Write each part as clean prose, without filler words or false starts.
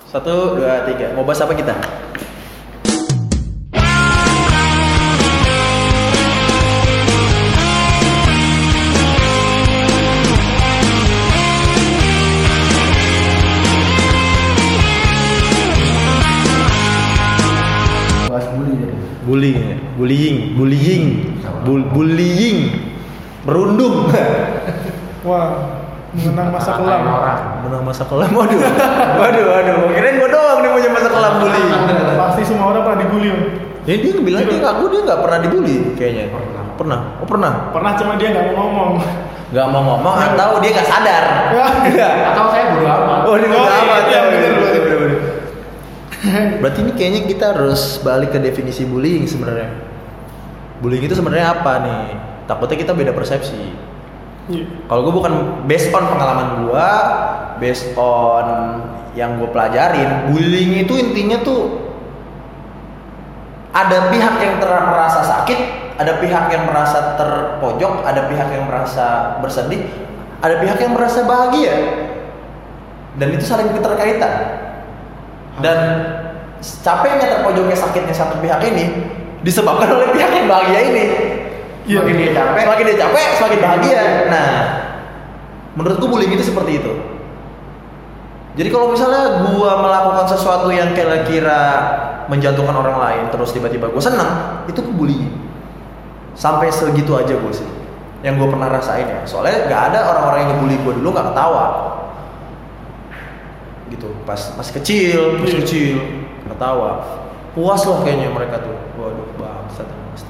1, 2, 3. Mau bahas apa kita? Bahas Bullying. Berundung. Wah, mengenang masa kelam. Menang masa kelam. Waduh. Kirain gua doang nih punya masa kelam bullying. Pasti semua orang pernah dibully. Ya dia bilang dia nggak pernah dibully kayaknya. Pernah. Oh pernah. Pernah, cuma dia nggak mau ngomong. Nggak mau ngomong atau dia nggak sadar. Atau saya bodo amat. Oh, dia bodo amat. Iya, bener. Berarti ini kayaknya kita harus balik ke definisi bullying sebenarnya. Bullying itu sebenarnya apa nih? Takutnya kita beda persepsi. Iya. Kalau gue bukan based on pengalaman gue, based on yang gue pelajarin, bullying itu intinya tuh ada pihak yang merasa sakit, ada pihak yang merasa terpojok, ada pihak yang merasa bersedih, ada pihak yang merasa bahagia, dan itu saling keterkaitan. Dan capeknya, terpojoknya, sakitnya satu pihak ini disebabkan oleh pihak yang bahagia ini. Semakin dia capek, semakin bahagia. Nah, menurutku bullying itu seperti itu. Jadi kalau misalnya gua melakukan sesuatu yang kira-kira menjatuhkan orang lain, terus tiba-tiba gua senang, itu bullying. Sampai segitu aja gua sih, yang gua pernah rasain ya. Soalnya nggak ada orang-orang yang ngebully gua dulu nggak ketawa. Gitu, pas masih kecil ketawa, puas lah kayaknya mereka tuh. Waduh, bangsat.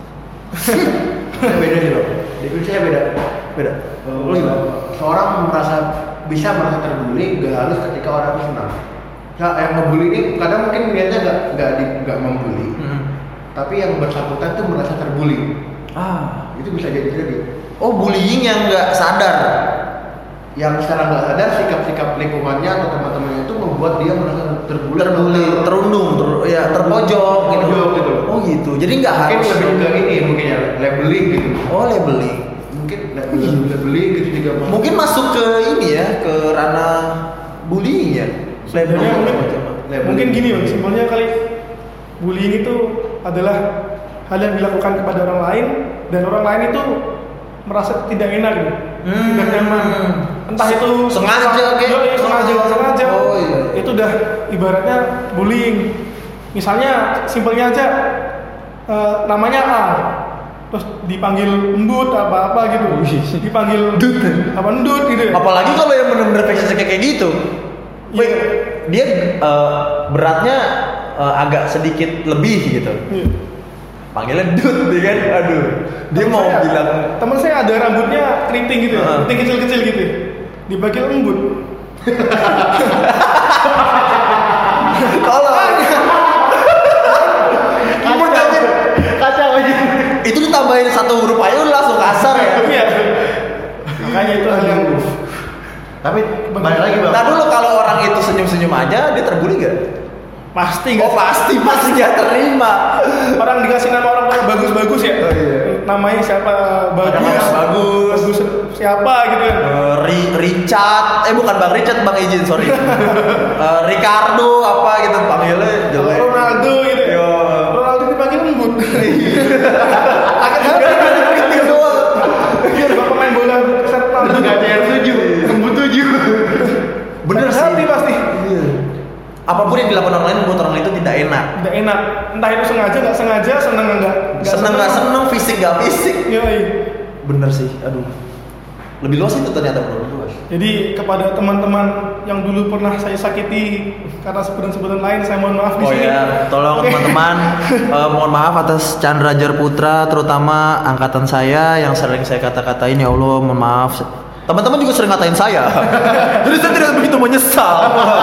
Beda sih bro, definisinya beda. Lu gimana? Seorang bisa merasa terbully gak harus ketika orang itu senang. Nah, yang ngebully ini kadang mungkin niatnya nggak membully, tapi yang bersangkutan tuh merasa terbully. Itu bisa jadi. Oh, bullying yang nggak sadar. Yang secara nggak sadar sikap-sikap lingkungannya atau teman-temannya itu membuat dia merasa terbully, terpojok gitu. Oh gitu. Jadi nggak harus. Mungkin lebih ke mungkin ya labeling gitu. Oh, labeling. Mungkin labeling gitu juga. Mungkin masuk ke ini ya, ke ranah bullying ya. Mungkin gini Bang, simpelnya kali bullying itu adalah hal yang dilakukan kepada orang lain dan orang lain itu merasa tidak enak gitu. Tidak nyaman. Entah itu sengaja sengaja. Oh iya. Itu udah ibaratnya bullying. Misalnya simpelnya aja namanya A, terus dipanggil embut apa gitu, dipanggil endut gitu. Apalagi kalau yang benar-benar fashion kayak gitu. Iya. Dia beratnya agak sedikit lebih gitu. Iya. Panggilnya Dut, kan? Aduh. Dia mau bilang. Temen saya ada rambutnya keriting gitu, keriting kecil-kecil gitu, dipanggil embut. Tolong. Kacau aja. Itu ditambahin satu huruf aja udah langsung kasar ya. Iya. Makanya itu hal yang. Tapi balik lagi bang. Nah dulu kalau orang itu senyum-senyum aja, dia terbully gak? Pasti Oh pasti nggak terima. Orang dikasih nama orang bagus-bagus ya. Oh, iya. Namanya siapa? Bagus siapa gitu kan? Richard, bukan Bang Richard, Bang Izin, sorry. Ricardo apa gitu panggilnya jelek. Ronaldo gitu. Yo. Ronaldo dipanggil embut. Agak gitu doang. Biar pemain bola serta Nggak ada yang setuju. Embut 7. Bener sih. Hati pasti. Iya. Apapun yang dilakukan orang lain membuat orang lain itu tidak enak. Tidak enak. Entah itu sengaja nggak sengaja, seneng nggak Seneng, fisik nggak fisik. Yoi. Bener sih, aduh. Lebih luas itu ternyata bro, lebih luas. Jadi kepada teman-teman yang dulu pernah saya sakiti karena sebutan-sebutan lain, saya mohon maaf di sini. Oh ya, tolong teman-teman, mohon maaf atas Chandra Jar Putra, terutama angkatan saya yang sering saya kata-katain, ya Allah, mohon maaf. Teman-teman juga sering ngatain saya, jadi saya tidak begitu menyesal.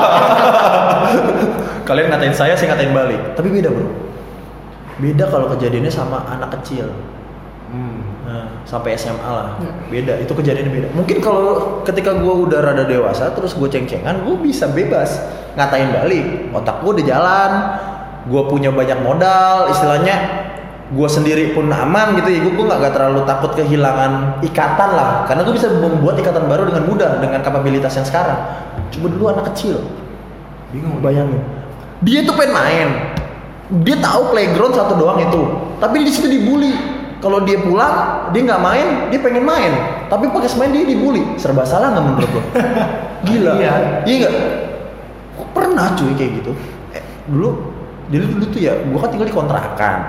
Kalian ngatain saya ngatain balik. Tapi beda bro. Beda kalau kejadiannya sama anak kecil. Nah, sampai SMA lah. Beda, itu kejadiannya beda. Mungkin kalau ketika gue udah rada dewasa, terus gue ceng-cengan, gue bisa bebas ngatain balik. Otak gue udah jalan, gue punya banyak modal, istilahnya gue sendiri pun aman gitu ya. Gue nggak terlalu takut kehilangan ikatan lah, karena gue bisa membuat ikatan baru dengan mudah dengan kapabilitas yang sekarang. Coba dulu anak kecil, Bingung. Bayangin. Dia tuh pengen main. Dia tahu playground satu doang itu. Tapi di situ dibully. Kalau dia pulang, dia nggak main, dia pengen main. Tapi pas main dia dibully. Serba salah nggak menurut lo? Gila. Iya nggak? Gue pernah cuy kayak gitu. Dulu tuh ya, gue kan tinggal di kontrakan.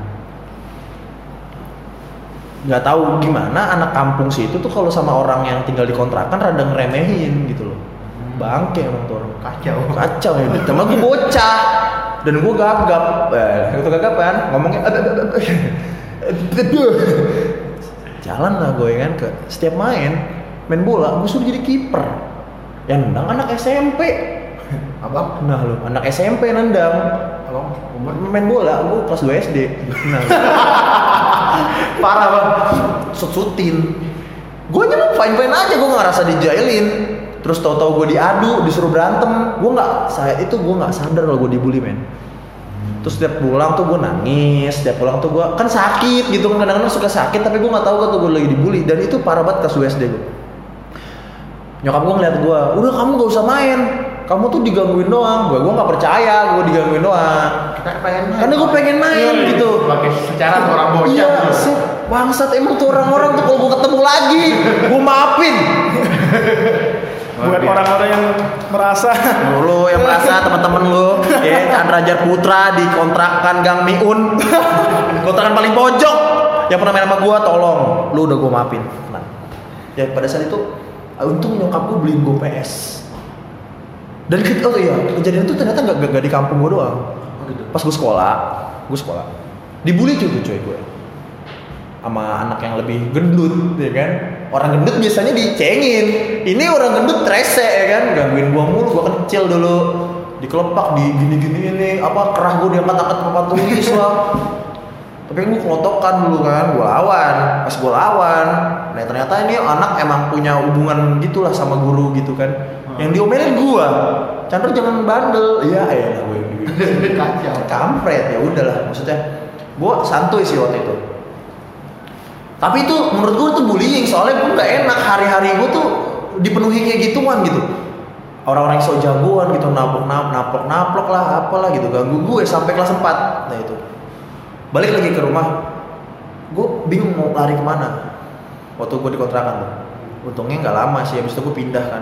Nggak tahu gimana anak kampung situ tuh kalau sama orang yang tinggal di kontrakan rada ngeremehin gitu loh. Bangke emang tuh orang. Kacau ya. Cuma gue bocah dan gue gagap. Itu gagap kan ngomongnya jalan lah gue kan ke setiap main bola gue suruh jadi kiper. Yang nendang anak SMP. Abang? Nah lo anak SMP nendang. Abang main bola gue kelas 2 SD. Nah. Parah bang, sutin. Gue aja fine aja, gue nggak ngerasa dijailin. Terus tahu-tahu gue diadu, disuruh berantem. Gue nggak sadar kalau gue dibully men. Terus setiap pulang tuh gue nangis, setiap pulang tuh gue kan sakit gitu kan, kadang-kadang suka sakit tapi gue nggak tahu kan tuh gue lagi dibully. Dan itu parah banget kelas 2 SD gue. Nyokap gue ngeliat gue, udah kamu gak usah main, kamu tuh digangguin doang. Gue nggak percaya, gue digangguin doang. Karena gue pengen main gitu. Secara orang bocah. Iya, bangsat emang tuh orang-orang tuh kalau gue ketemu lagi, gue maafin. Buat orang-orang yang merasa. Lo yang merasa teman-teman lo, Chandra Jar Putra di kontrakan Gang Miun, kontrakan paling pojok, yang pernah main sama gue, tolong, lo udah gue maafin. Nah, ya pada saat itu, untung nyokap gue beliin gue PS. Dan kejadian itu ternyata gak di kampung gue doang. Pas gue sekolah, dibully juga coy gue sama anak yang lebih gendut, ya kan? Orang gendut biasanya dicengin. Ini orang gendut rese, ya kan? Gangguin gue mulu, gue kecil dulu, dikelepak, di gini ini, kerah gue diangkat-angkat papan tulis lah. Tapi gue kelotokan dulu kan, gue lawan. Pas gue lawan, nah ternyata ini anak emang punya hubungan gitulah sama guru gitu kan. Yang diomelin gue, Chandra jangan bandel. Iya, gue kacau. Kampret, ya udahlah. Maksudnya, gue santuy sih waktu itu. Tapi itu menurut gue tuh bullying, soalnya gue nggak enak hari-hari gue tuh dipenuhi kayak gituan gitu. Orang-orang yang so jagoan gitu, naplok lah, apalah gitu, ganggu gue sampai kelas 4. Nah itu. Balik lagi ke rumah, gue bingung mau lari kemana. Waktu gue di kontrakan tuh, untungnya nggak lama sih, habis itu gue pindah kan.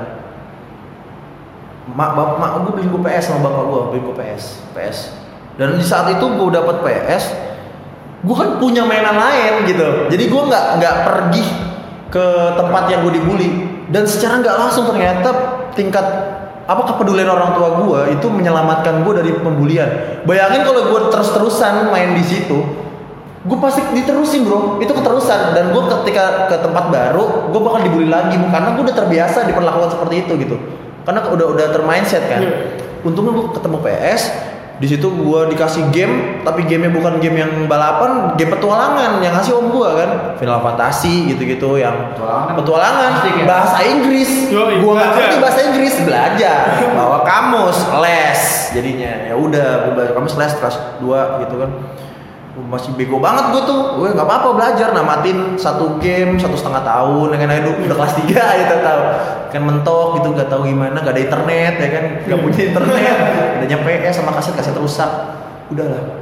Mak gue beliin gue PS sama bapak gue, beliin gue PS. Dan di saat itu gue dapet PS, gue kan punya mainan lain gitu. Jadi gue nggak pergi ke tempat yang gue dibully. Dan secara nggak langsung ternyata tingkat kepedulian orang tua gue itu menyelamatkan gue dari pembulian. Bayangin kalau gue terus-terusan main di situ, gue pasti diterusin bro. Itu keterusan. Dan gue ketika ke tempat baru, gue bakal dibully lagi karena gue udah terbiasa diperlakukan seperti itu gitu. Karena udah termindset kan. Untungnya gue ketemu PS. Di situ gue dikasih game, tapi gamenya bukan game yang balapan, game petualangan yang ngasih om gue kan, Final Fantasy gitu-gitu yang petualangan bahasa Inggris. Gue nggak ngerti bahasa Inggris, belajar, bawa kamus, les, jadinya ya udah gue belajar kamus les kelas 2 gitu kan. Masih bego banget gue tuh, gue nggak apa-apa belajar, namatin satu game 1,5 tahun, ya kan udah kelas 3 gitu tahu, kan mentok gitu, nggak tahu gimana, nggak ada internet ya kan, nggak punya internet, adanya PS sama kaset rusak, udahlah.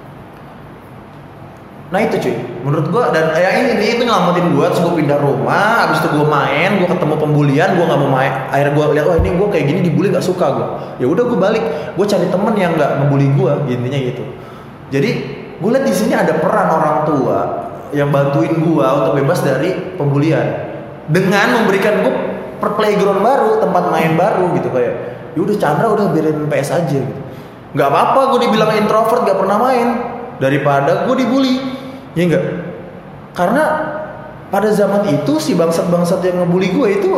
Nah itu cuy, menurut gue dan ini itu nyelamatin gue, terus gue pindah rumah, abis itu gue main, gue ketemu pembulian, gue nggak mau main, akhirnya gue lihat ini gue kayak gini dibully nggak suka gue, ya udah gue balik, gue cari temen yang nggak ngebully gue, intinya gitu, jadi gue lihat di sini ada peran orang tua yang bantuin gue untuk bebas dari pembulian dengan memberikan gue playground baru, tempat main baru gitu kayak, yaudah Chandra udah biarin PS aja gitu, nggak apa-apa gue dibilang introvert gak pernah main daripada gue dibully, ya enggak? Karena pada zaman itu si bangsat-bangsat yang ngebully gue itu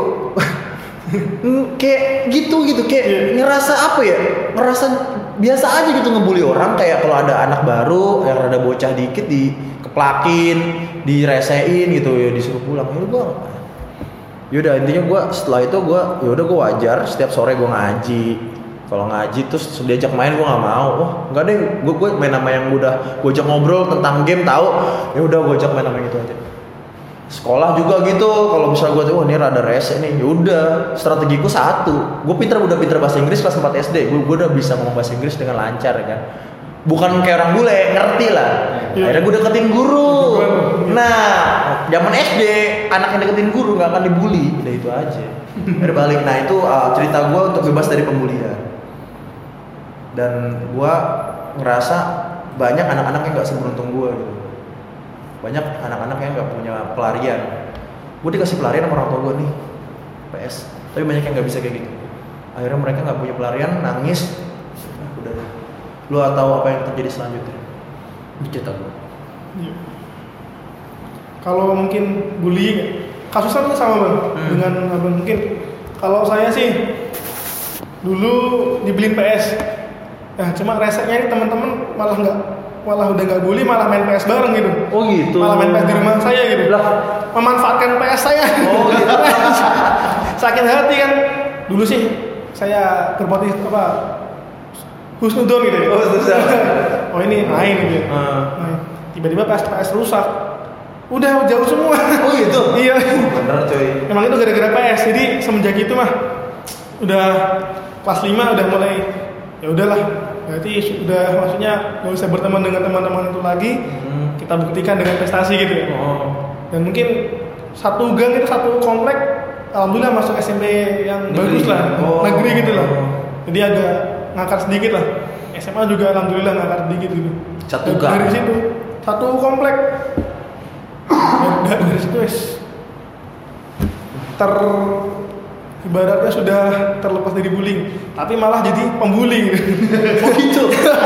kayak gitu kayak ngerasa biasa aja gitu ngebully orang, kayak kalau ada anak baru yang rada bocah dikit dikeplakin, diresein gitu ya disuruh pulang. Yaudah intinya gue setelah itu gue wajar setiap sore gue ngaji. Kalau ngaji terus diajak main gue nggak mau. Nggak deh, gue main sama yang udah gue ajak ngobrol tentang game tahu. Ya udah gue ajak main sama yang itu aja. Sekolah juga gitu, kalau misalnya gue tuh, oh ini rada rese nih, yaudah strategiku satu, gue udah pinter bahasa Inggris kelas 4 SD, gue udah bisa ngomong bahasa Inggris dengan lancar kan, bukan kayak orang bule, ngerti lah. Akhirnya gue deketin guru. Nah, zaman SD anak yang deketin guru nggak akan dibully, udah itu aja. Akhirnya balik. Nah itu cerita gue untuk bebas dari pembulian. Dan gue ngerasa banyak anak-anak yang nggak seberuntung gue gitu. Banyak anak-anak yang nggak punya pelarian. Gue dikasih pelarian sama orang tua gue nih, PS. Tapi banyak yang nggak bisa kayak gitu. Akhirnya mereka nggak punya pelarian, nangis. Udah. Lu tahu apa yang terjadi selanjutnya? Cerita gue. Iya. Kalau mungkin bullying, kasusnya tuh sama bang dengan abang. Mungkin kalau saya sih dulu dibeliin PS. Nah cuma reseknya ini teman-teman malah udah nggak bully, malah main PS bareng gitu. Oh gitu. Malah main PS di rumah saya gitu. Lah, memanfaatkan PS saya. Oh gitu. Sakit hati kan. Dulu sih saya bermotif apa? Husnudon gitu ya. Oh susah. Oh ini main gitu. Main. Tiba-tiba PS rusak. Udah jauh semua. Oh gitu. Iya. Bener coy. Emang itu gara-gara PS. Jadi semenjak itu mah udah kelas 5 udah mulai ya udahlah. Berarti sudah maksudnya nggak usah berteman dengan teman-teman itu lagi. Kita buktikan dengan prestasi gitu ya. Dan mungkin satu gang itu satu komplek, alhamdulillah masuk SMP yang negeri. Bagus lah, negeri gitu lah. Jadi agak ngangkat sedikit lah. SMA juga alhamdulillah ngangkat sedikit gitu. Satu gang. Dari situ satu komplek. Dari situ ibaratnya sudah terlepas dari bullying, tapi malah jadi pembuli. Oh gitu.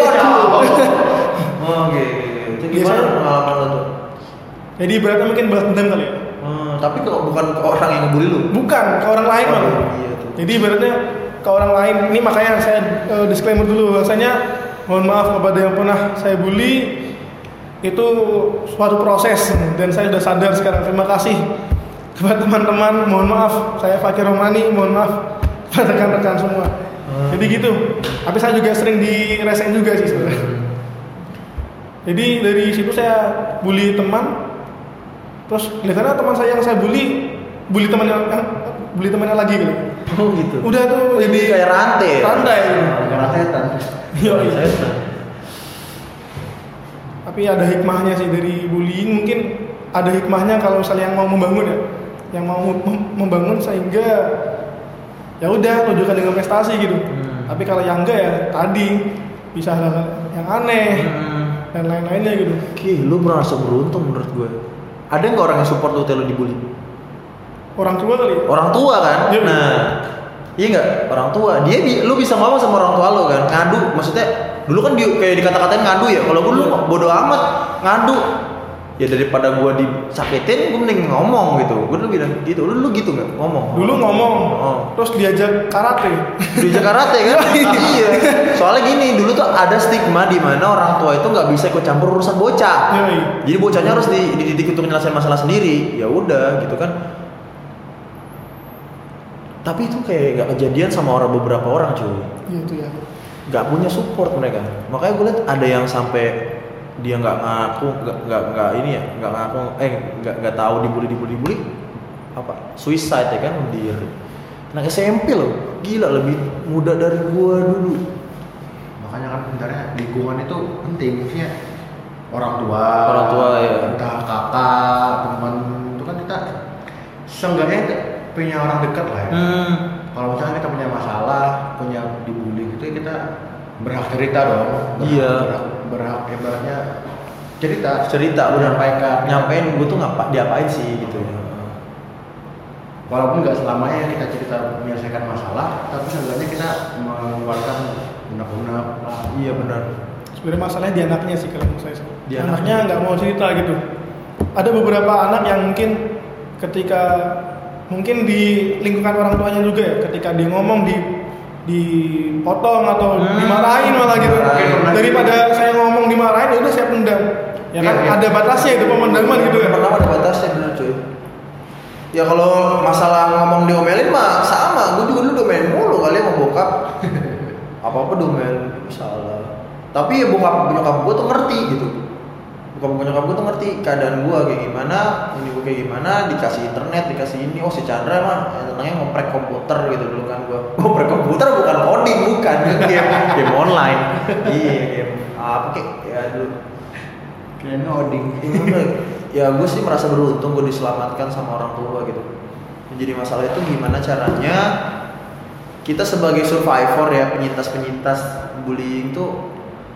Oke. Itu gimana pengalaman lo tuh? Jadi ibaratnya mungkin balas dendam kali ya. Tapi kok bukan ke orang yang ngebully lu? Bukan, ke orang lain malah. Iya tuh. Jadi ibaratnya ke orang lain. Ini makanya saya disclaimer dulu bahwasanya mohon maaf kepada yang pernah saya bully, itu suatu proses dan saya sudah sadar sekarang. Terima kasih kepada teman-teman, mohon maaf, saya Fakir Romani, mohon maaf kepada rekan-rekan semua. Jadi gitu. Tapi saya juga sering diresain juga sih sebenarnya. Jadi dari situ saya bully teman. Terus lihatnya teman saya yang saya bully temannya lagi gitu. Oh gitu. Udah tuh jadi kayak rantai. Rantai. Rantetan. Iya. Tapi ada hikmahnya sih dari bullying, mungkin ada hikmahnya kalau misalnya yang mau membangun ya. Yang mau membangun sehingga ya udah tunjukkan dengan prestasi gitu. Tapi kalau yang enggak ya tadi bisa hal-hal yang aneh dan lain-lainnya gitu. Oke, lu merasa beruntung menurut gue. Ada nggak orang yang support lu kalau dibully? Orang tua kali. Orang tua kan? Ya, nah, iya nggak? Orang tua. Lu bisa ngomong sama orang tua lu kan? Ngadu, maksudnya dulu kan kayak dikata-katain ngadu ya. Kalau gue dulu bodo amat ngadu. Ya daripada gue disakitin, gue mending ngomong gitu. Gue dulu bilang gitu. Lu gitu nggak? Ngomong. Dulu ngomong. Terus diajak karate. Diajak karate kan? Iya. Soalnya gini, dulu tuh ada stigma di mana orang tua itu nggak bisa ikut campur urusan bocah. Jadi bocahnya harus dididik untuk menyelesaikan masalah sendiri. Ya udah gitu kan. Tapi itu kayak nggak kejadian sama beberapa orang cuy. Iya itu ya. Nggak punya support mereka. Makanya gue lihat ada yang sampai dia nggak ngaku, nggak ini ya, nggak ngaku, nggak tahu dibully apa suicide ya kan, diri. Anak SMP loh, gila lebih muda dari gua dulu. Makanya kan sebenarnya lingkungan itu penting, maksudnya orang tua ya, entah kakak, teman itu kan kita seenggaknya punya orang dekat lah ya. Kalau misalnya kita punya masalah, punya dibully gitu, kita berhak cerita dong. Berhak ibaratnya cerita menyampaikan. Nyampein gue tuh diapain sih gitu. Walaupun nggak selamanya kita cerita menyelesaikan masalah, tapi seenggaknya kita mengeluarkan unek-unek. Iya benar. Sebenarnya masalahnya di anaknya sih kalau menurut saya. Di anaknya nggak mau cerita gitu. Ada beberapa anak yang mungkin ketika mungkin di lingkungan orang tuanya juga ya, ketika dia ngomong dipotong atau dimarahin malah gitu. Daripada saya ngomong dimarahin, ya udah saya pendam. Ya kan ada batasnya itu pemendaman gitu ya. Pertama ada batasnya benar cuy. Ya kalau masalah ngomong diomelin mah sama, gue juga dulu domelin mulu kali sama bokap. Apa-apa domelin salah. Tapi ya bokap nyokap gue tuh ngerti gitu. bokap nyokap gue tuh ngerti keadaan gue kayak gimana, ini gue kayak gimana, dikasih internet, dikasih ini, oh si Chandra emang tenangnya ngoprek komputer gitu dulu kan gue. Ngoprek komputer bukan coding, bukan game online. Iya game apa kayak ya dulu. Keren coding. Ya gue sih merasa beruntung gue diselamatkan sama orang tua gitu. Jadi masalah itu gimana caranya kita sebagai survivor ya, penyintas bullying tuh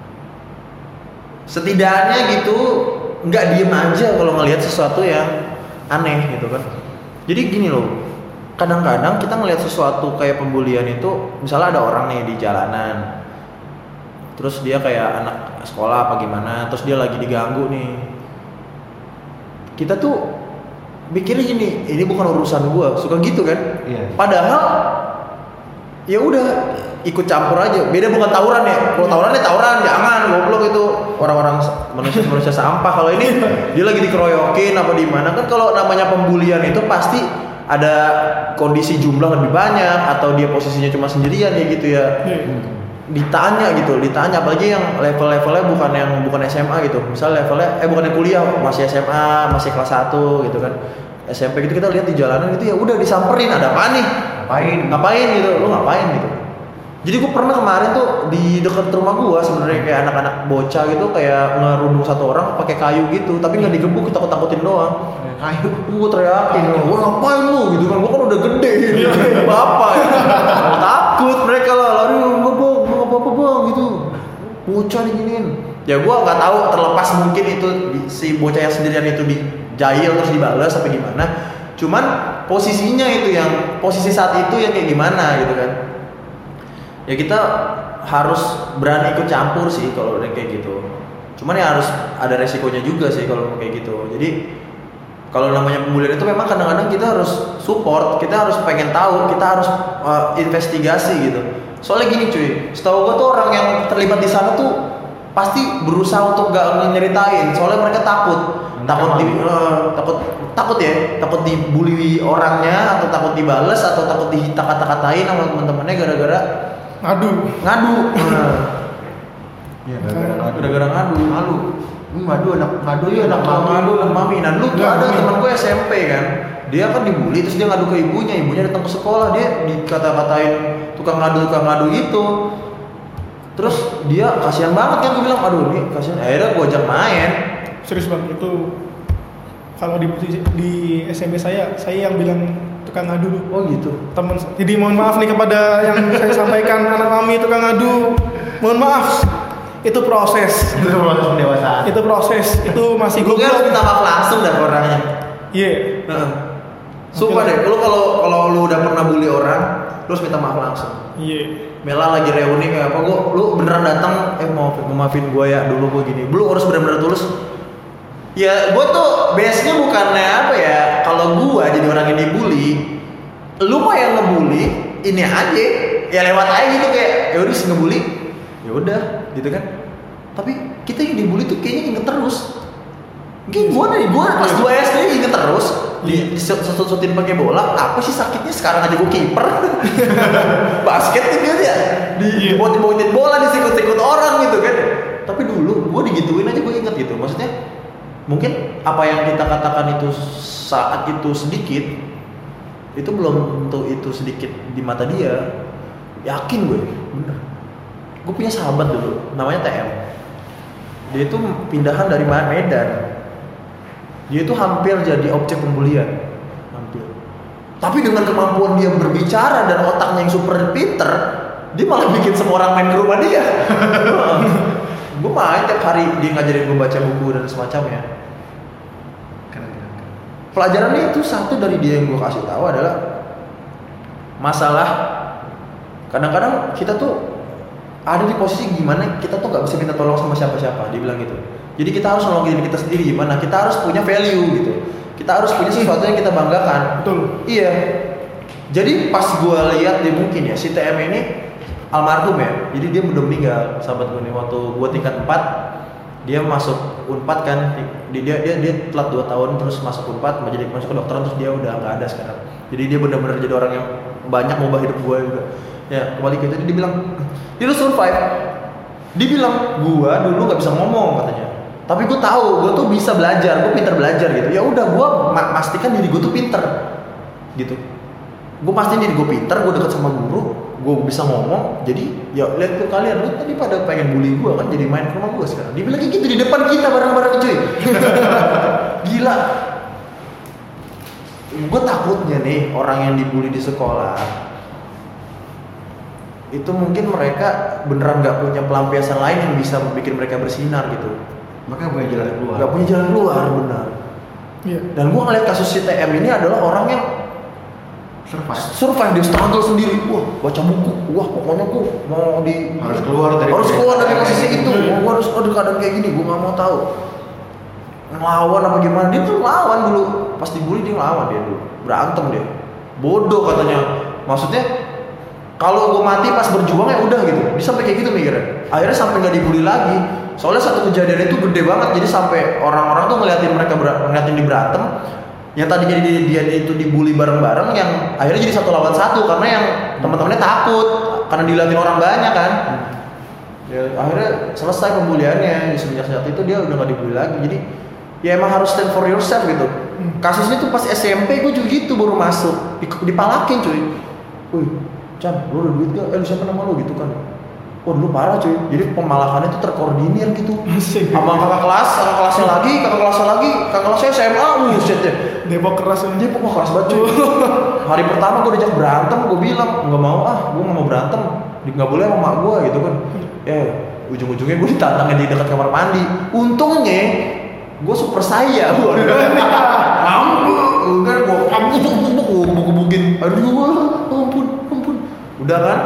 setidaknya gitu nggak diem aja kalau ngelihat sesuatu yang aneh gitu kan. Jadi gini loh, kadang-kadang kita ngelihat sesuatu kayak pembulian itu, misalnya ada orang nih di jalanan, terus dia kayak anak sekolah apa gimana, terus dia lagi diganggu nih, kita tuh mikirnya gini, ini bukan urusan gua, suka gitu kan. Iya. Padahal ya udah ikut campur aja. Beda bukan tawuran ya. Kalau tawuran ya tawuran, jangan goblok itu orang-orang manusia sampah. Kalau ini dia lagi dikeroyokin apa di mana kan, kalau namanya pembulian itu pasti ada kondisi jumlah lebih banyak atau dia posisinya cuma sendirian ya gitu ya. Ditanya apalagi yang level-levelnya bukan SMA gitu. Misal levelnya bukan yang kuliah, masih SMA, masih kelas 1 gitu kan. SMP gitu kita lihat di jalanan gitu ya udah disamperin, ada apa nih? Ngapain gitu? Lu ngapain gitu? Jadi gue pernah kemarin tuh di dekat rumah gue sebenarnya kayak anak-anak bocah gitu kayak ngerundung satu orang pakai kayu gitu, tapi nggak digebuk, kita takut-takutin doang. Kayu. Gue teriakin, gue ngapain lu gitu kan? Gue kan udah gede gitu, bapak ya. Takut mereka lah, lari nggak apa-apa bang gitu. Bocah diginiin. Ya gue nggak tahu, terlepas mungkin itu si bocah yang sendirian itu dijahil terus dibalas apa gimana. Cuman posisinya itu yang posisi saat itu yang kayak gimana gitu kan. Ya kita harus berani ikut campur sih kalau udah kayak gitu. Cuman ya harus ada resikonya juga sih kalau kayak gitu. Jadi kalau namanya pembulian itu memang kadang-kadang kita harus support, kita harus pengen tahu, kita harus investigasi gitu. Soalnya gini cuy, setahu gue tuh orang yang terlibat di sana tuh pasti berusaha untuk gak nyeritain. Soalnya mereka takut takut dibully orangnya, atau takut dibales, atau takut dikata-katain sama teman-temannya gara-gara ngadu. Iya, gara-gara ngadu. Anak mami. Nah dulu tuh ada teman gue SMP kan, dia kan dibully terus dia ngadu ke ibunya datang ke sekolah, dia dikata-katain tukang ngadu gitu. Terus dia kasihan banget kan, gue bilang aduh ini kasihan, akhirnya gue ajak main. Serius bang, itu kalau di SMP saya yang bilang tukang ngadu. Oh gitu. Teman. Jadi mohon maaf nih kepada yang saya sampaikan, anak mami tukang ngadu. Mohon maaf. Itu proses. Itu proses pendewasaan. Itu proses. Itu masih gue harus minta maaf langsung dari orangnya. Iya. Sumpah deh, kalau lu udah pernah bully orang, lu harus minta maaf langsung. Iya. Mela lagi reuni kayak apa, lu beneran datang, maafin gue ya dulu gue gini. Lu harus bener-bener tulus. Ya gue tuh base-nya bukannya apa ya, kalau gue jadi orang yang dibully, lu mah yang ngebully, ini aja, ya lewat aja gitu kayak, ya udah ngebully, ya udah gitu kan. Tapi kita yang dibully tuh kayaknya inget terus. Mungkin gue pas 2 SD inget terus, disut-sutin pakai bola, apa sih sakitnya sekarang aja gue kiper. Basket tuh gitu ya, dibawa-bawain bola, disikut-sikut orang gitu kan. Tapi dulu gue digituin aja gue inget gitu, maksudnya. Mungkin apa yang kita katakan itu saat itu sedikit, itu belum tentu itu sedikit di mata dia. Yakin gue, bener. Gue punya sahabat dulu, namanya TM. Dia itu pindahan dari Medan. Dia itu hampir jadi objek pembulian, hampir. Tapi dengan kemampuan dia berbicara dan otaknya yang super pinter, dia malah bikin semua orang main ke rumah dia. Gue main tiap hari, dia ngajarin gue baca buku dan semacamnya. Pelajarannya itu satu dari dia yang gue kasih tahu adalah masalah kadang-kadang kita tuh ada di posisi gimana kita tuh nggak bisa minta tolong sama siapa-siapa, dia bilang gitu. Jadi kita harus nolongin kita sendiri gimana, kita harus punya value gitu, kita harus punya sesuatu yang kita banggakan. Betul. Iya. Jadi pas gue lihat dia mungkin ya si TM ini almarhum ya, jadi dia belum meninggal sahabat gue nih, waktu gue tingkat 4 dia masuk Unpad kan, dia telat 2 tahun terus masuk Unpad, masuk ke dokteran, terus dia udah nggak ada sekarang. Jadi dia benar-benar jadi orang yang banyak mengubah hidup gue juga. Ya kembali ke itu, dia bilang dia lu survive. Dia bilang gua dulu nggak bisa ngomong katanya, Tapi gue tahu gue tuh bisa belajar, gue pinter belajar gitu. Ya udah gue pastikan diri gue tuh pinter gitu. Gue pastiin diri gue pinter, gue deket sama guru, gue bisa ngomong. Jadi ya lihat tuh kalian, lu tadi pada pengen bully gue kan, jadi main ke rumah gue sekarang. Dia bilang kayak gitu di depan kita bareng-bareng cuy. Gila. Gue takutnya nih orang yang dibully di sekolah itu mungkin mereka beneran nggak punya pelampiasan lain yang bisa bikin mereka bersinar gitu. Makanya punya jalan keluar. Nggak punya jalan keluar, benar. Iya. Dan gue ngeliat kasus si TM ini adalah orang yang survive, dia struggle sendiri. Wah, baca buku. Wah, pokoknya gue mau harus keluar dari posisi itu. Gue harus ada keadaan kayak gini. Gue nggak mau tahu. Ngelawan apa gimana? Dia tuh ngelawan dulu. Pas dibully dia ngelawan dia dulu. Berantem dia. Bodoh katanya. Maksudnya kalau gue mati pas berjuang ya udah gitu. Dia sampai kayak gitu mikirnya. Akhirnya sampai nggak dibully lagi. Soalnya satu kejadian itu gede banget. Jadi sampai orang-orang tuh ngeliatin dia berantem. Yang tadinya dia itu dibully bareng-bareng, yang akhirnya jadi 1 lawan 1 karena yang teman-temannya takut karena dilihatin orang banyak kan. Ya, akhirnya selesai pembuliannya. Di semenjak saat itu dia udah nggak dibully lagi. Jadi ya emang harus stand for yourself gitu. Kasusnya tuh pas SMP gue juga gitu baru masuk dipalakin cuy. Wih, Chan, lu ada duit gak? Lu siapa nama lu gitu kan? Wah dulu parah cuy. Jadi pemalakannya tuh terkoordinir gitu. Sama kakak kelasnya lagi, kakak kelasnya SMA, shit ya. Depok keras banget cuy. Hari pertama gue diajak berantem, gue bilang nggak mau gue nggak mau berantem, nggak boleh sama mak gue gitu kan. Ujung-ujungnya gue ditantangin di dekat kamar mandi. Untungnya gue super saya, gue kan gue kebukin, ampun, udah kan?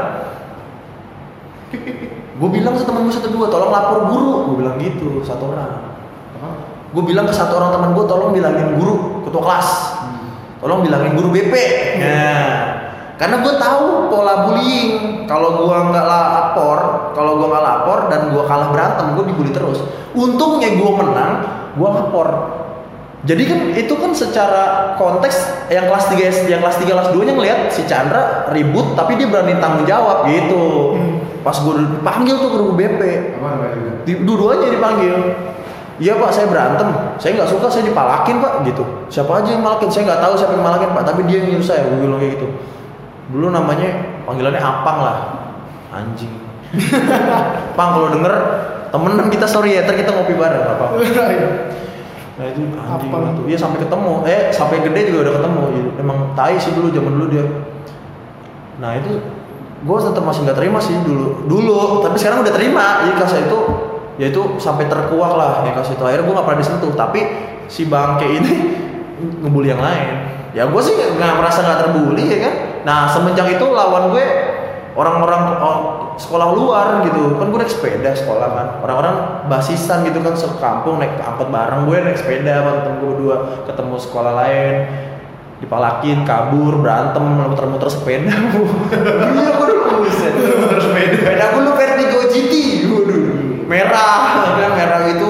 Gue bilang ke temen gue 1-2, tolong lapor guru, gue bilang gitu, 1 orang. Gue bilang ke 1 orang teman gue, tolong bilangin guru, ketua kelas, tolong bilangin guru BP. Nah, karena gue tahu pola bullying. Kalau gue nggak lapor dan gue kalah berantem, gue dibully terus. Untungnya gue menang, gue lapor. Jadi kan itu kan secara konteks yang kelas 3 kelas 2-nya ngelihat si Chandra ribut tapi dia berani tanggung jawab gitu. Pas gue dipanggil tuh ke guru BP. Dua-duanya dipanggil. Iya pak, saya berantem. Saya nggak suka, saya dipalakin pak gitu. Siapa aja yang malakin? Saya nggak tahu siapa yang malakin pak, tapi dia yang nyuruh saya. Gue bilang kayak gitu. Dulu namanya panggilannya Apang lah. Anjing. Pang kalau denger temenan kita sorry ya, ntar kita ngopi bareng apa? Nah itu anjing tuh. Iya sampai ketemu. Sampai gede juga udah ketemu. Ya, emang tai sih zaman dulu dia. Nah itu gue tetap masih nggak terima sih dulu. Tapi sekarang udah terima. Jadi kelas itu, ya itu sampai terkuak lah ya kelas itu. Akhirnya gue nggak pernah disentuh. Tapi si bangke ini ngebully yang lain. Ya gue sih nggak merasa nggak terbully ya kan. Nah semenjak itu lawan gue orang-orang sekolah luar gitu kan. Gue naik sepeda sekolah kan, orang-orang basisan gitu kan, sekampung naik angkot bareng. Gue naik sepeda sama temen gue berdua, ketemu sekolah lain, dipalakin, kabur, berantem, muter-muter sepeda. Iya gue dulu muter sepeda gue lu Vertigo GT, merah kan, merah itu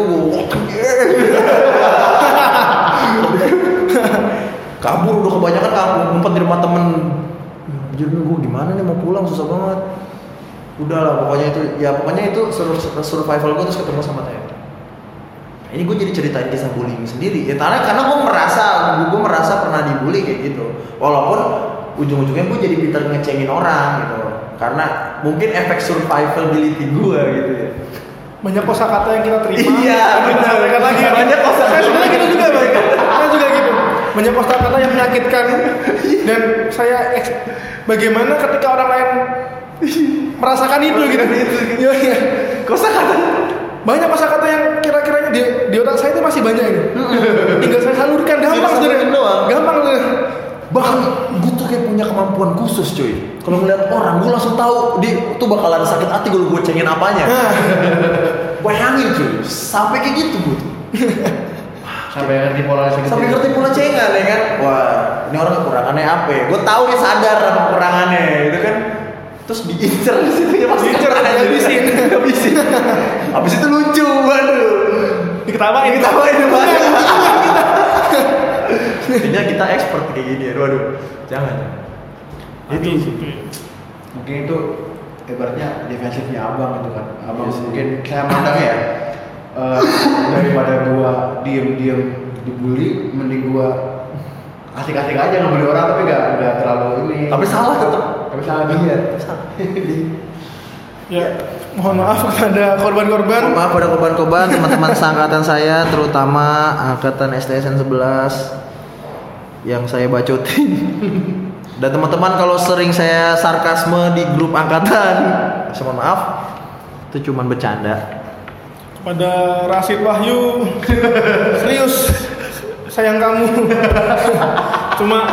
kabur udah kebanyakan ngumpet di rumah temen. Jadi gue gimana nih mau pulang, susah banget. Udahlah pokoknya itu survival gue terus ketemu sama Taya. Ini gue jadi ceritain kisah bullying sendiri ya, karena gue merasa pernah dibully kayak gitu. Walaupun ujung-ujungnya gue jadi pintar ngecengin orang gitu, karena mungkin efek survivability gue gitu ya. Banyak kosakata yang kita terima. Iya benar. Lagi banyak kosakata. Sebenarnya kita juga gitu. Banyak kosakata yang menyakitkan dan saya bagaimana ketika orang lain merasakan itu gitu. Iya. Kosakata. Banyak kosakata yang kira-kiranya di otak saya itu masih banyak ini. Tinggal saya salurkan gampang sebenarnya. Gampang sebenarnya. Bahkan gue tuh kayak punya kemampuan khusus cuy. Kalau ngeliat orang gue langsung tahu dia tuh bakalan sakit hati kalau gue cengin apanya. Bayangin cuy, sampai kayak gitu gue tuh. Sampai ngerti pola cengan ya kan. Wah, ini orang kekurangannya apa? Gue tahu dia sadar sama kekurangannya, gitu kan. Terus diincer di situ ya pasti habisin. Habis itu lucu, waduh. Diketawain banget. Intinya kita expert kayak gini ya. Waduh, jangan. Itu mungkin itu ibaratnya defensifnya abang itu kan. Abang mungkin saya mandang ya. daripada gua diem dibully, mending gua asik-asik aja ngebully orang tapi nggak terlalu ini. Tapi salah tetap. Tapi salah dia. Ya, mohon maaf kepada korban-korban. Maaf pada korban-korban teman-teman seangkatan saya, terutama angkatan STSN 11 yang saya bacotin. Dan teman-teman kalau sering saya sarkasme di grup angkatan, mohon maaf, itu cuman bercanda. Kepada Rasid Wahyu, serius, sayang kamu. Cuma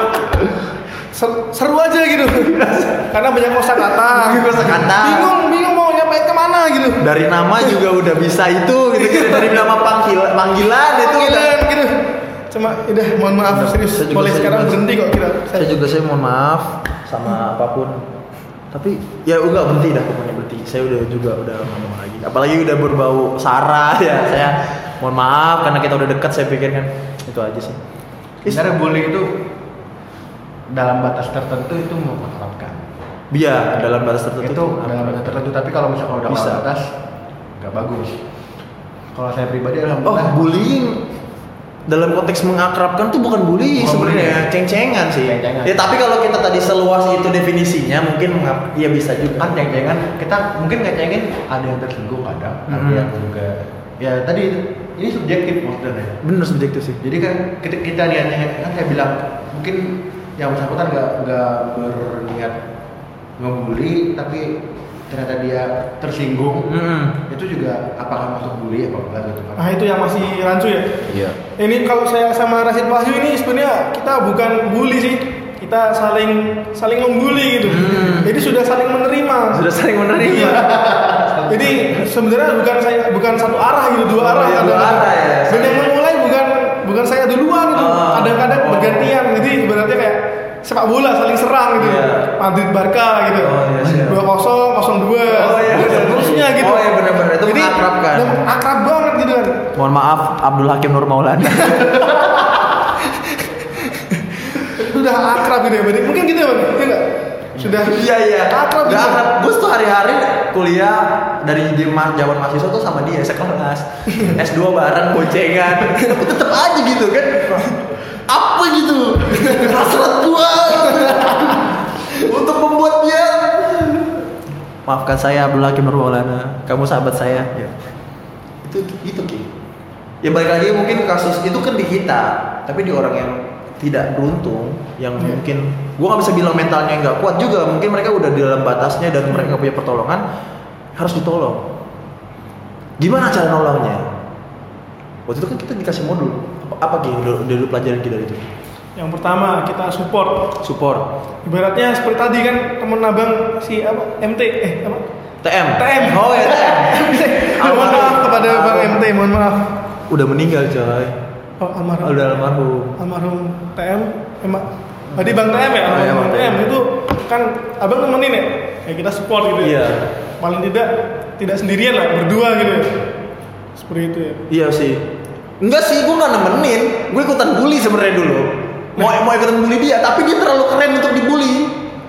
seru aja gitu, karena banyak kosakata. Bingung mau nyampe kemana gitu. Dari nama juga udah bisa itu, gitu. Dari nama panggilan itu gitu. Cuma udah mohon maaf serius. Boleh sekarang berhenti kok kita. Saya mohon maaf sama apapun. Tapi ya enggak berhenti dah, pokoknya berhenti. Saya udah ngomong lagi. Apalagi udah berbau sara ya. Saya mohon maaf karena kita udah dekat, saya pikir kan itu aja sih. Sebenarnya bully itu dalam batas tertentu itu mengakrabkan. Iya, dalam batas tertentu. Itu dalam batas tertentu, tapi kalau misalnya udah bisa. batas nggak bagus. Kalau saya pribadi alhamdulillah. Bullying dalam konteks mengakrabkan tuh bukan bullying sebenarnya, ceng-cengan sih. Ceng-cengan. Ya tapi kalau kita tadi seluas itu definisinya mungkin ya bisa juga. Kan ceng-cengan, kita mungkin ngecengin ada yang tersinggung kadang, ada yang juga ya tadi ini subjektif maksudnya. Bener subjektif sih. Jadi kan kita niatnya kan saya bilang mungkin yang bersangkutan nggak berniat ngebully tapi ternyata dia tersinggung. Itu juga apakah masuk bully apa enggak gitu kan. Nah itu yang masih rancu ya. Iya. Ini kalau saya sama Rasid Wahyu ini sebenarnya kita bukan bully sih, kita saling membuli gitu. Jadi sudah saling menerima. Iya. Jadi sebenarnya bukan satu arah gitu, dua arah. Dua arah ya. Dan yang memulai bukan saya duluan gitu. Kadang-kadang bergantian. Jadi ibaratnya kayak sepak bola saling serang gitu. Madrid Barca gitu. 2-0, 0-2. Terusnya gitu. Oh iya benar-benar itu mengakrabkan. Akrab banget gitu kan. Mohon maaf Abdul Hakim Nur Maulana. Sudah akrab gitu ya, berarti mungkin gitu ya Bang? Iya enggak? Sudah Iya. akrab gitu. Akrab. Gue tuh hari-hari kuliah dari zaman mahasiswa tuh sama dia sekelas. S2 bareng boncengan. Tapi tetep aja gitu kan. Apa gitu? Hasrat gua untuk membuat dia. Maafkan saya Abdul Hakim Nur Maulana. Kamu sahabat saya. Ya. Itu Ki. Ya balik lagi mungkin kasus itu kan di kita, tapi di orang yang tidak beruntung, yang mungkin gua nggak bisa bilang mentalnya nggak kuat juga, mungkin mereka udah di dalam batasnya dan mereka punya pertolongan, harus ditolong. Gimana cara nolongnya? Waktu itu kan kita dikasih modul. Apa Ki udah pelajaran kita itu? Yang pertama kita support. Ibaratnya seperti tadi kan temen abang si apa MT apa? TM. Oh ya TM. Mohon maaf kepada Bang MT, mohon maaf. Udah meninggal coy. Oh almarhum. Udah almarhum. Almarhum TM emang. Tadi Bang TM ya, Bang TM itu kan abang nemenin ya. Ya kita support gitu ya. Iya. Paling tidak sendirian lah, berdua gitu ya. Seperti itu ya. Iya sih. Enggak sih, gue nggak nemenin. Gue ikutan bully sebenarnya dulu. Mau ikutan bully dia, tapi dia terlalu keren untuk dibully.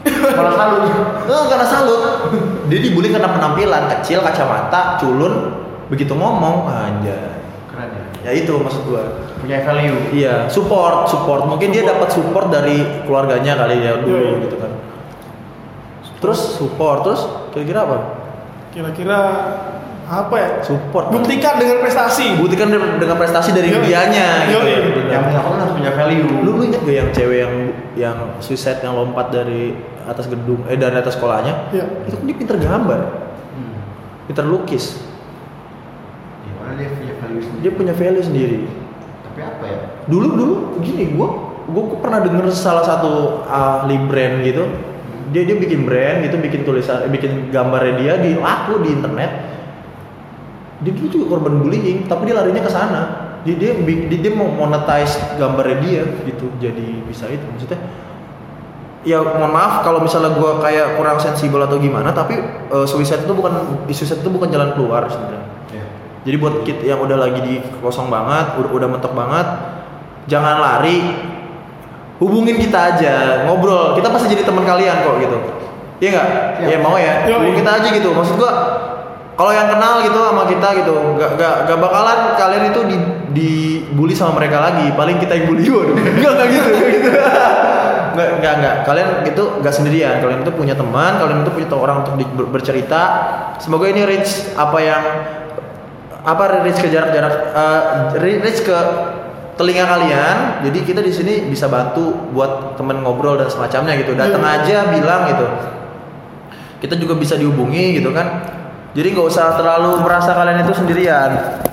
Karena salut. Dia dibully karena penampilan kecil, kacamata, culun, begitu ngomong anjay. Keren ya. Ya itu maksud gue. Punya value. Iya, support. Mungkin dia dapat support dari keluarganya kali ya dulu gitu kan. Terus support, terus kira-kira apa? Kira-kira apa ya? Support. Buktikan dengan prestasi dari dianya. Gitu. Yang bersangkutan harus punya value. Lu ingat gak yang cewek yang suicide yang lompat dari atas gedung dari atas sekolahnya? Iya. Itu kan dia pinter gambar. Pinter lukis. Gimana dia punya value sendiri? Dia punya value sendiri. Tapi apa ya? Dulu gini, gua pernah denger salah satu ahli brand gitu. Dia bikin brand gitu, bikin tulisan, bikin gambarnya dia laku di internet. Dia juga korban bullying, tapi dia larinya ke sana. Dia mau monetize gambarnya dia gitu, jadi bisa itu maksudnya. Ya mohon maaf kalau misalnya gue kayak kurang sensibel atau gimana, tapi suicide itu bukan jalan keluar sebenarnya. Yeah. Jadi buat kita yang udah lagi di kosong banget, udah mentok banget, jangan lari, hubungin kita aja, ngobrol, kita pasti jadi teman kalian kok gitu. Iya nggak? Ya mau ya, hubungin kita aja gitu. Maksud gue kalau yang kenal gitu sama kita gitu, nggak bakalan kalian itu dibully sama mereka lagi. Paling kita yang bully. Waduh, nggak gitu. Nggak. Kalian itu nggak sendirian. Kalian itu punya teman. Kalian itu punya orang untuk bercerita. Semoga ini reach reach ke jarak-jarak, reach ke telinga kalian. Jadi kita di sini bisa bantu buat temen ngobrol dan semacamnya gitu. Datang aja bilang gitu. Kita juga bisa dihubungi gitu kan. Jadi nggak usah terlalu merasa kalian itu sendirian.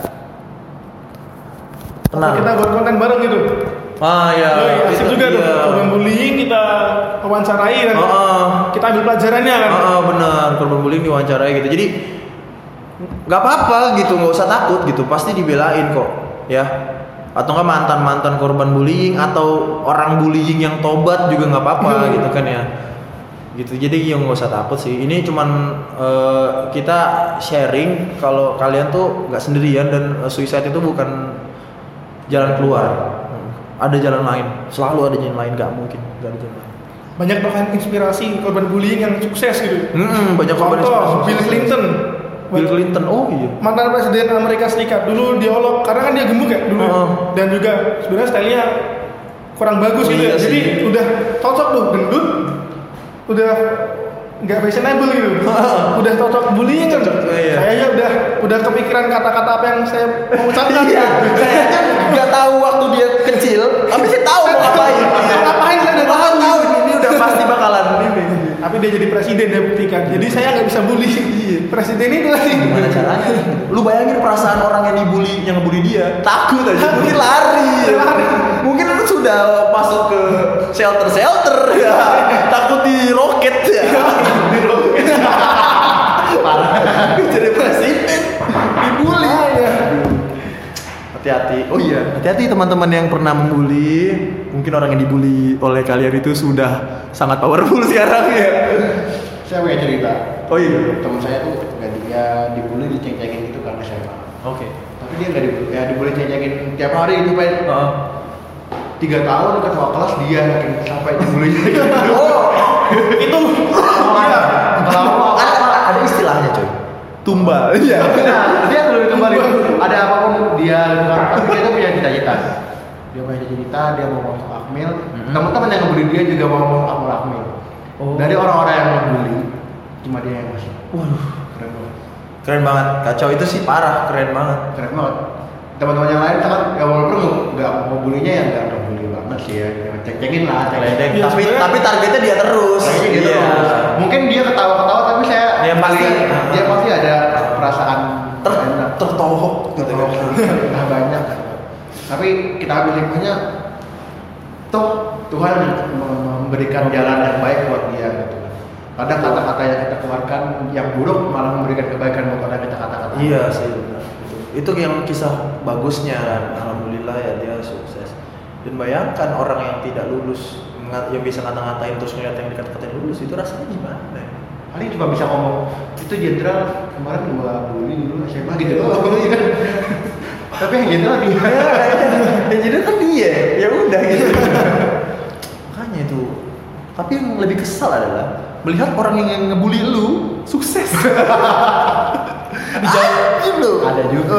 Tenang. Kita buat konten bareng gitu. Iya. Asik juga tuh. Korban bullying kita wawancarai kan. Kita ambil pelajarannya kan. Benar. Korban bullying diwawancarai gitu. Jadi nggak apa-apa gitu, nggak usah takut gitu. Pasti dibelain kok, ya. Atau nggak mantan korban bullying atau orang bullying yang tobat juga nggak apa-apa gitu kan ya. Gitu, jadi yang nggak usah takut sih. Ini cuman kita sharing kalau kalian tuh nggak sendirian dan suicide itu bukan jalan keluar. Ada jalan lain, selalu ada jalan lain, nggak mungkin nggak ada jalan lain. Banyak bahkan inspirasi korban bullying yang sukses gitu. Banyak korban Contoh Bill Clinton. Oh iya. Mantan presiden Amerika Serikat dulu diolok karena kan dia gemuk ya dulu. Dan juga sebenarnya stylenya kurang bagus gitu ya. Jadi udah cocok tuh gendut. Udah nggak fashionable gitu, udah cocok bullying kan. Kayaknya udah kepikiran kata-kata apa yang saya mau ucapkan. Kayaknya nggak tahu waktu dia kecil, tapi saya tahu mau ngapain. Ngapain saya udah tahu ini udah pasti bakalan ini. Tapi dia jadi presiden dia buktikan. Jadi saya nggak bisa bully presiden itu lagi. Gimana caranya? Lu bayangin perasaan orang yang ngebully dia, takut aja, mungkin lari. Mungkin lu sudah masuk ke shelter ya, takut di roket ya. Di roket. Parah. Jadi presiden dibully. Hati-hati. Oh iya, hati-hati teman-teman yang pernah membuli. Mungkin orang yang dibully oleh kalian itu sudah sangat powerful sekarang ya. Saya punya cerita. Oh iya. Teman saya tuh dia dibully, diceng-cengin gitu karena SMA. Oke. Tapi dia nggak dibully ceng-cengin tiap hari itu Pak. 3 tahun ketua kelas dia sampai dibully. Itu. Kalau ada istilahnya coy. Tumbal. Iya. Dia belum kembali. Ada apapun dia tapi dia tuh punya cita-cita. Dia punya cita-cita, dia mau masuk Akmil. Teman-teman yang ngebully dia juga mau masuk Akmil. Dari orang-orang yang ngebully, cuma dia yang masuk. Waduh, keren banget. Kacau itu sih parah, keren banget. Teman-teman yang lain kan ya walaupun nggak mau bulinya ya nggak bully banget sih ya, ceng-cengin lah, ceng-cengin. Tapi targetnya dia terus. Mungkin dia ketawa-ketawa tapi dia pasti ada perasaan tertohok gitu kan. Nah, banyak. Tapi kita ambil hikmahnya, Tuhan memberikan jalan yang baik buat dia gitu. Kadang kata-kata yang kita keluarkan yang buruk malah memberikan kebaikan buat orang kita kata-kata. Iya sih benar. Itu yang kisah bagusnya kan. Alhamdulillah ya dia sukses. Dan bayangkan orang yang tidak lulus yang bisa ngata-ngatain terus ngeliat yang dikata-katain lulus, itu rasanya gimana? Paling cuma bisa ngomong itu jenderal kemarin gua bully dulu SMA gitu loh. Tapi yang jenderal dia. Yang jenderal kan dia. Ya udah gitu. Makanya itu. Tapi yang lebih kesal adalah melihat orang yang ngebully lu sukses. Ada juga.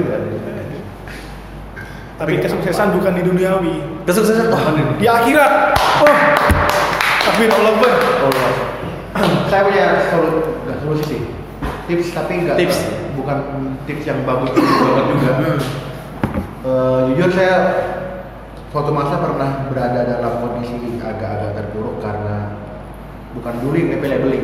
Tapi kesuksesan bukan di duniawi. Kesuksesan di akhirat. Takbir Allah Akbar. Saya punya solusi sih. Tips tapi enggak bukan tips yang bagus banget juga. Jujur saya suatu masa pernah berada dalam kondisi agak-agak terpuruk karena bukan bullying, tapi labeling.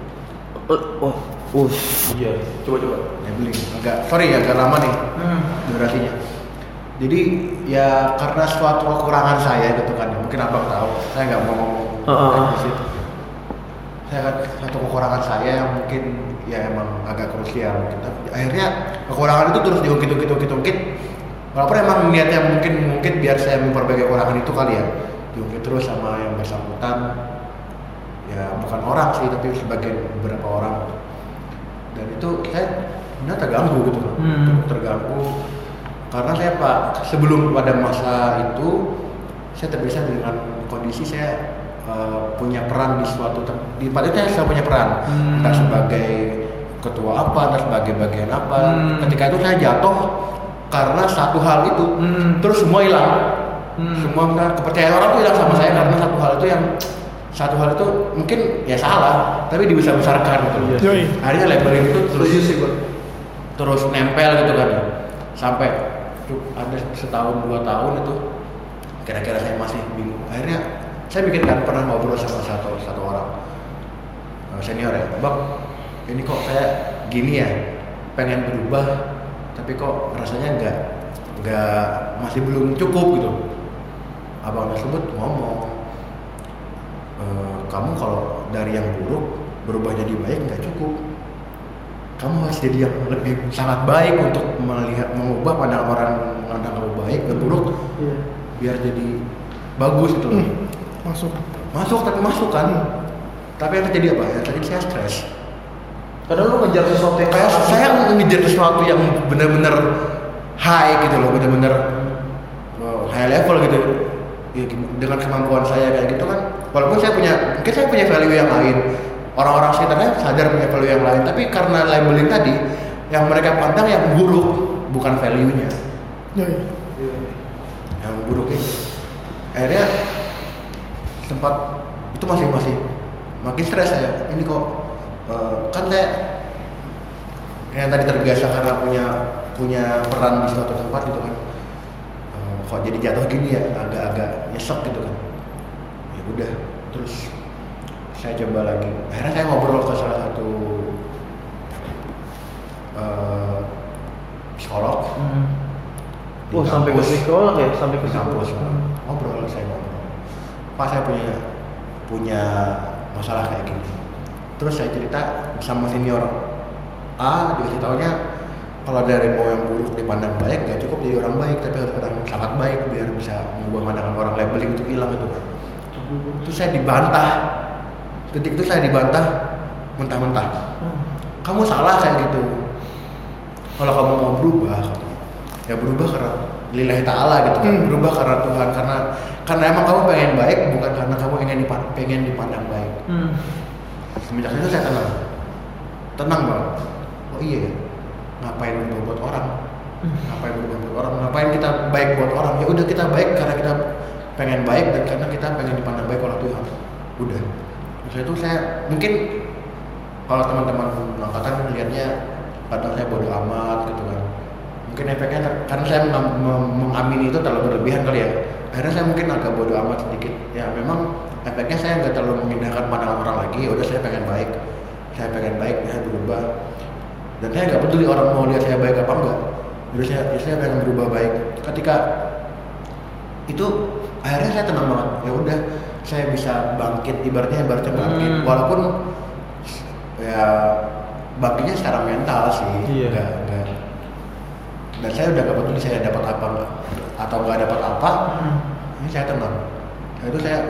Iya. Coba. Labeling. Agak lama nih durasinya. Jadi ya karena suatu kekurangan saya gitu kan. Mungkin abang tahu. Saya nggak mau ngomong di situ. Saya satu kekurangan saya yang mungkin ya emang agak krusial. Tapi akhirnya kekurangan itu terus diungkit. Walaupun emang niatnya mungkin biar saya memperbaiki kekurangan itu kali ya. Diungkit terus sama yang bersangkutan. Ya bukan orang sih tapi sebagian beberapa orang. Dan itu saya benar terganggu gitu kan. Terganggu karena saya sebelum pada masa itu saya terbiasa dengan kondisi saya punya peran di suatu di tempat itu saya punya peran entah sebagai ketua apa dan sebagai bagian apa. Ketika itu saya jatuh karena satu hal itu, terus semua hilang. Semua kepercayaan orang tuh hilang sama saya karena satu hal itu mungkin ya salah, tapi dibesar-besarkan gitu. Akhirnya labeling itu terus nempel gitu kan, sampai ada setahun 2 tahun itu kira-kira saya masih bingung. Akhirnya saya bikin kan pernah ngobrol sama satu orang senior ya, Bang, ini kok saya gini ya, pengen berubah tapi kok rasanya nggak masih belum cukup gitu. Abang tersebut ngomong, kamu kalau dari yang buruk berubah jadi baik nggak cukup, kamu harus jadi yang lebih sangat baik untuk mengubah pandangan orang memandang kamu baik dan buruk, biar jadi bagus gitu loh. Masuk kan, tapi yang terjadi apa ya? Tadi saya stres. Karena lu ngejar sesuatu yang kayak saya ngejar sesuatu yang benar-benar high gitu loh, benar-benar high level gitu. Ya, dengan kemampuan saya kayak gitu kan, walaupun mungkin saya punya value yang lain, orang-orang sekitarnya sadar punya value yang lain, tapi karena labeling tadi yang mereka pandang yang buruk, bukan value-nya. Yang buruk itu akhirnya sempat itu masih makin stres saya. Ini kok kan saya yang tadi terbiasa karena punya peran di suatu tempat gitu kan, kok jadi jatuh gini ya, agak nyesek gitu kan. Ya udah, terus saya coba lagi. Akhirnya saya ngobrol ke salah satu psikolog. Sampai ke psikolog ya, sampai ke kampus. Ngobrol. Pak, saya punya masalah kayak gini. Terus saya cerita sama senior dikasih taunya kalau dari mau yang buruk dipandang baik nggak cukup jadi orang baik, tapi harus orang sangat baik biar bisa mengubah pandangan orang, labeling itu hilang itu kan. Itu saya dibantah. Ketika itu saya dibantah mentah-mentah. Kamu salah kayak gitu. Kalau kamu mau berubah, ya berubah karena lillahi ta'ala gitu kan. Berubah karena Tuhan, karena emang kamu pengen baik, bukan karena kamu pengen dipandang baik. Semenjak itu saya tenang banget. Oh iya, ngapain berubah buat orang? Ngapain kita baik buat orang? Ya udah, kita baik karena kita pengen baik dan karena kita pengen dipandang baik oleh Tuhan. Udah. Terus itu saya mungkin kalau teman-teman angkatan melihatnya kadang saya bodoh amat gitu kan. Mungkin efeknya karena saya mengamini itu terlalu berlebihan kali ya. Akhirnya saya mungkin agak bodoh amat sedikit. Ya memang efeknya saya nggak terlalu mengindahkan pandangan orang lagi. Ya udah, saya pengen baik, saya berubah. Dan saya nggak peduli orang mau lihat saya baik apa enggak. Jadi saya pengen berubah baik. Ketika itu akhirnya saya tenang banget. Ya udah, saya bisa bangkit, ibaratnya bangkit. Walaupun ya bangkitnya secara mental sih. Enggak. Dan saya udah gak peduli saya dapat apa atau nggak dapat apa. Ini saya tenang. Nah, itu saya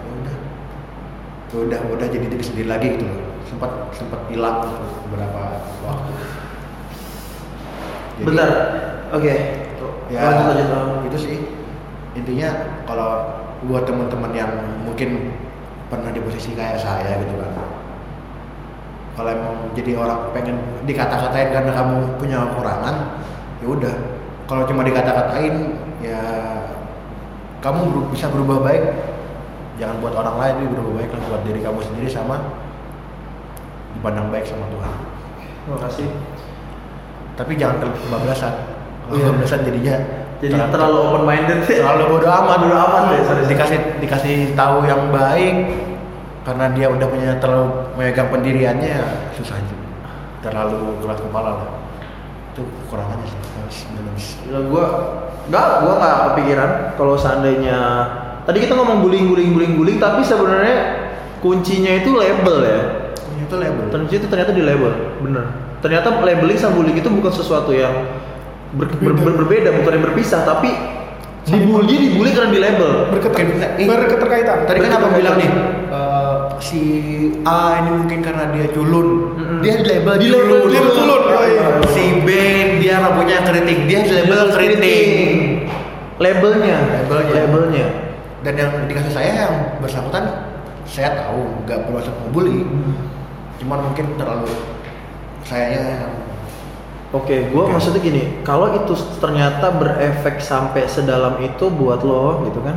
udah jadi diri sendiri lagi gitu loh. Sempat hilang beberapa waktu. Jadi, bentar, oke. Ya, lanjut. Itu sih intinya. Kalau buat teman-teman yang mungkin pernah di posisi kayak saya gitu kan, kalau emang jadi orang pengen dikata-katain karena kamu punya kekurangan, ya udah. Kalau cuma dikata-katain, ya kamu bisa berubah baik. Jangan buat orang lain, tapi berubah baik buat diri kamu sendiri sama dipandang baik sama Tuhan. Terima kasih. Tapi jangan terlalu kebablasan. Kalau kebablasan jadinya terlalu open minded, terlalu bodoh amat deh. Dikasih tahu yang baik karena dia udah terlalu memegang pendiriannya, susah aja. Terlalu keras kepala lah. Itu kekurangannya sih. Ya, gue nggak kepikiran kalau seandainya tadi kita ngomong bullying, tapi sebenarnya kuncinya itu label ya. Itu label. Ternyata di label, bener. Ternyata labeling sama bullying itu bukan sesuatu yang berbeda, bukan yang berpisah, tapi dibully karena di label. Berketerkaitan. Tadi kan abang bilang nih, si A ini mungkin karena dia culun, dia di label culun. Si B dia rambutnya keriting, dia di label keriting. Labelnya. Dan yang dikasih saya yang bersangkutan, saya tahu nggak bermaksud membuli, cuman mungkin terlalu sayangnya. Oke, gue maksudnya gini, kalau itu ternyata berefek sampai sedalam itu buat lo gitu kan,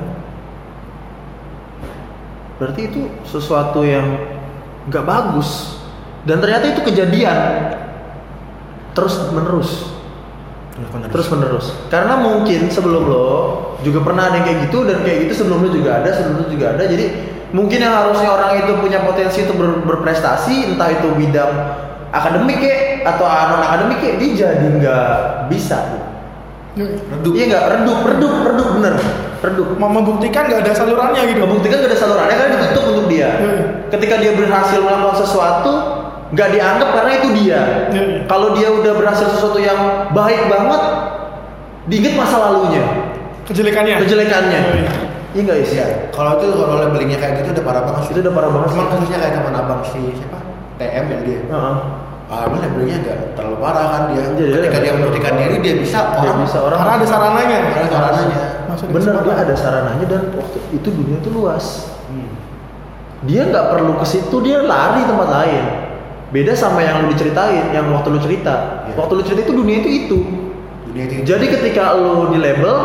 berarti itu sesuatu yang nggak bagus dan ternyata itu kejadian terus menerus. Karena mungkin sebelum lo juga pernah ada yang kayak gitu dan kayak gitu sebelum lo juga ada, jadi mungkin yang harusnya orang itu punya potensi untuk berprestasi, entah itu bidang akademik ya atau non akademik ya, dia jadi nggak bisa. Redup. Iya nggak, redup bener, redup. Mau membuktikan nggak ada salurannya gitu. Membuktikan nggak ada salurannya karena ditutup untuk dia. Ketika dia berhasil melakukan sesuatu, nggak dianggap karena itu dia. Kalau dia udah berhasil sesuatu yang baik banget, diingat masa lalunya, kejelekannya. Iya nggak sih? Ya, kalau labelingnya kayak gitu udah parah banget. Itu udah parah banget. Cuman kasusnya kayak teman abang si siapa? TM ya dia. Emang labelingnya nggak terlalu parah kan dia. Ketika dia membuktikan diri dia bisa orang karena ada sarananya. Bener, dia ada sarananya dan waktu itu dunia itu luas. Dia nggak perlu ke situ, dia lari tempat lain. Beda sama yang lu diceritain, yang waktu lu cerita. Waktu lu cerita itu dunia itu. Jadi ketika lu di label,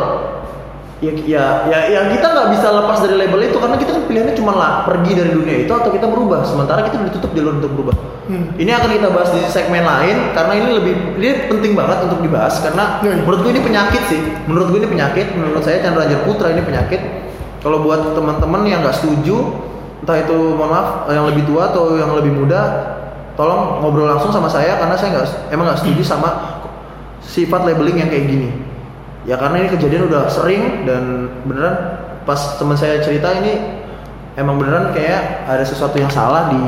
ya kita nggak bisa lepas dari label itu karena kita kan pilihannya cuma pergi dari dunia itu atau kita berubah. Sementara kita ditutup jalur untuk berubah. Ini akan kita bahas di segmen lain karena ini penting banget untuk dibahas karena menurut gue ini penyakit sih. Menurut saya Chandra Anjar Putra ini penyakit. Kalau buat teman-teman yang nggak setuju, entah itu mohon maaf yang lebih tua atau yang lebih muda, tolong ngobrol langsung sama saya karena saya emang nggak setuju sama sifat labeling yang kayak gini. Ya karena ini kejadian udah sering dan beneran pas teman saya cerita ini emang beneran kayak ada sesuatu yang salah di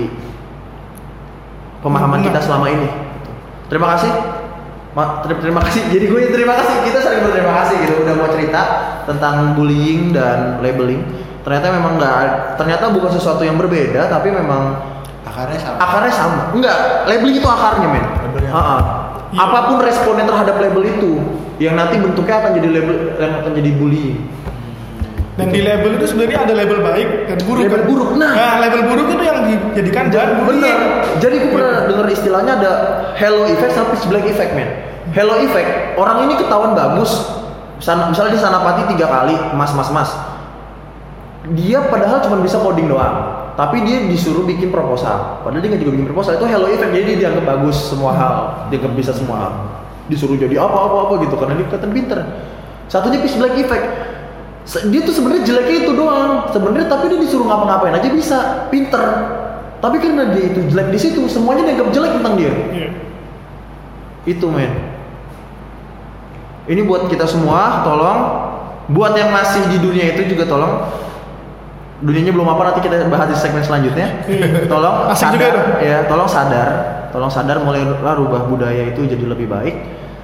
pemahaman kita selama ini. Terima kasih. Terima kasih. Jadi gue terima kasih. Kita saling berterima kasih gitu udah mau cerita tentang bullying dan labeling. Ternyata bukan sesuatu yang berbeda tapi memang akarnya sama. Enggak, labeling itu akarnya, men. Apapun responnya terhadap label itu yang nanti bentuknya akan jadi label yang akan jadi bullying. Dan di label itu sebenarnya ada label baik dan buruk. Label buruk. Nah, label buruk itu yang dijadikan bahan bullying. Bener. Jadi gue pernah dengar istilahnya ada halo effect sama pitch black effect, men. Halo effect, orang ini ketahuan bagus. Misalnya di Sanapati 3 kali, mas. Dia padahal cuma bisa coding doang. Tapi dia disuruh bikin proposal. Padahal dia nggak juga bikin proposal. Itu hello effect. Jadi dia dianggap bagus semua hal. Dianggap bisa semua hal. Disuruh jadi apa gitu karena dia kelihatan pinter. Satunya pitch black effect. Dia tuh sebenarnya jeleknya itu doang. Sebenarnya tapi dia disuruh ngapa-ngapain aja bisa, pinter. Tapi karena dia itu jelek di situ, semuanya dianggap jelek tentang dia. Itu, men. Ini buat kita semua, tolong. Buat yang masih di dunia itu juga tolong. Dunianya belum apa, nanti kita bahas di segmen selanjutnya. Tolong sadar, ya, tolong sadar mulailah rubah budaya itu jadi lebih baik.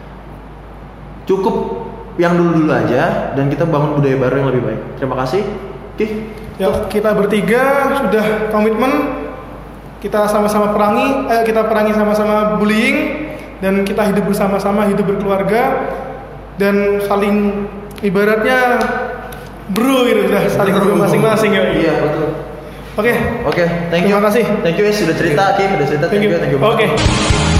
Cukup yang dulu aja dan kita bangun budaya baru yang lebih baik. Terima kasih. Ya, kita bertiga sudah komitmen kita sama-sama perangi sama-sama bullying dan kita hidup bersama-sama, hidup berkeluarga dan saling ibaratnya bro gitu, udah saling bro masing-masing ya. Iya, betul. Oke, thank you. Terima kasih. Thank you sudah cerita, Ki, udah cerita. Thank you. Oke.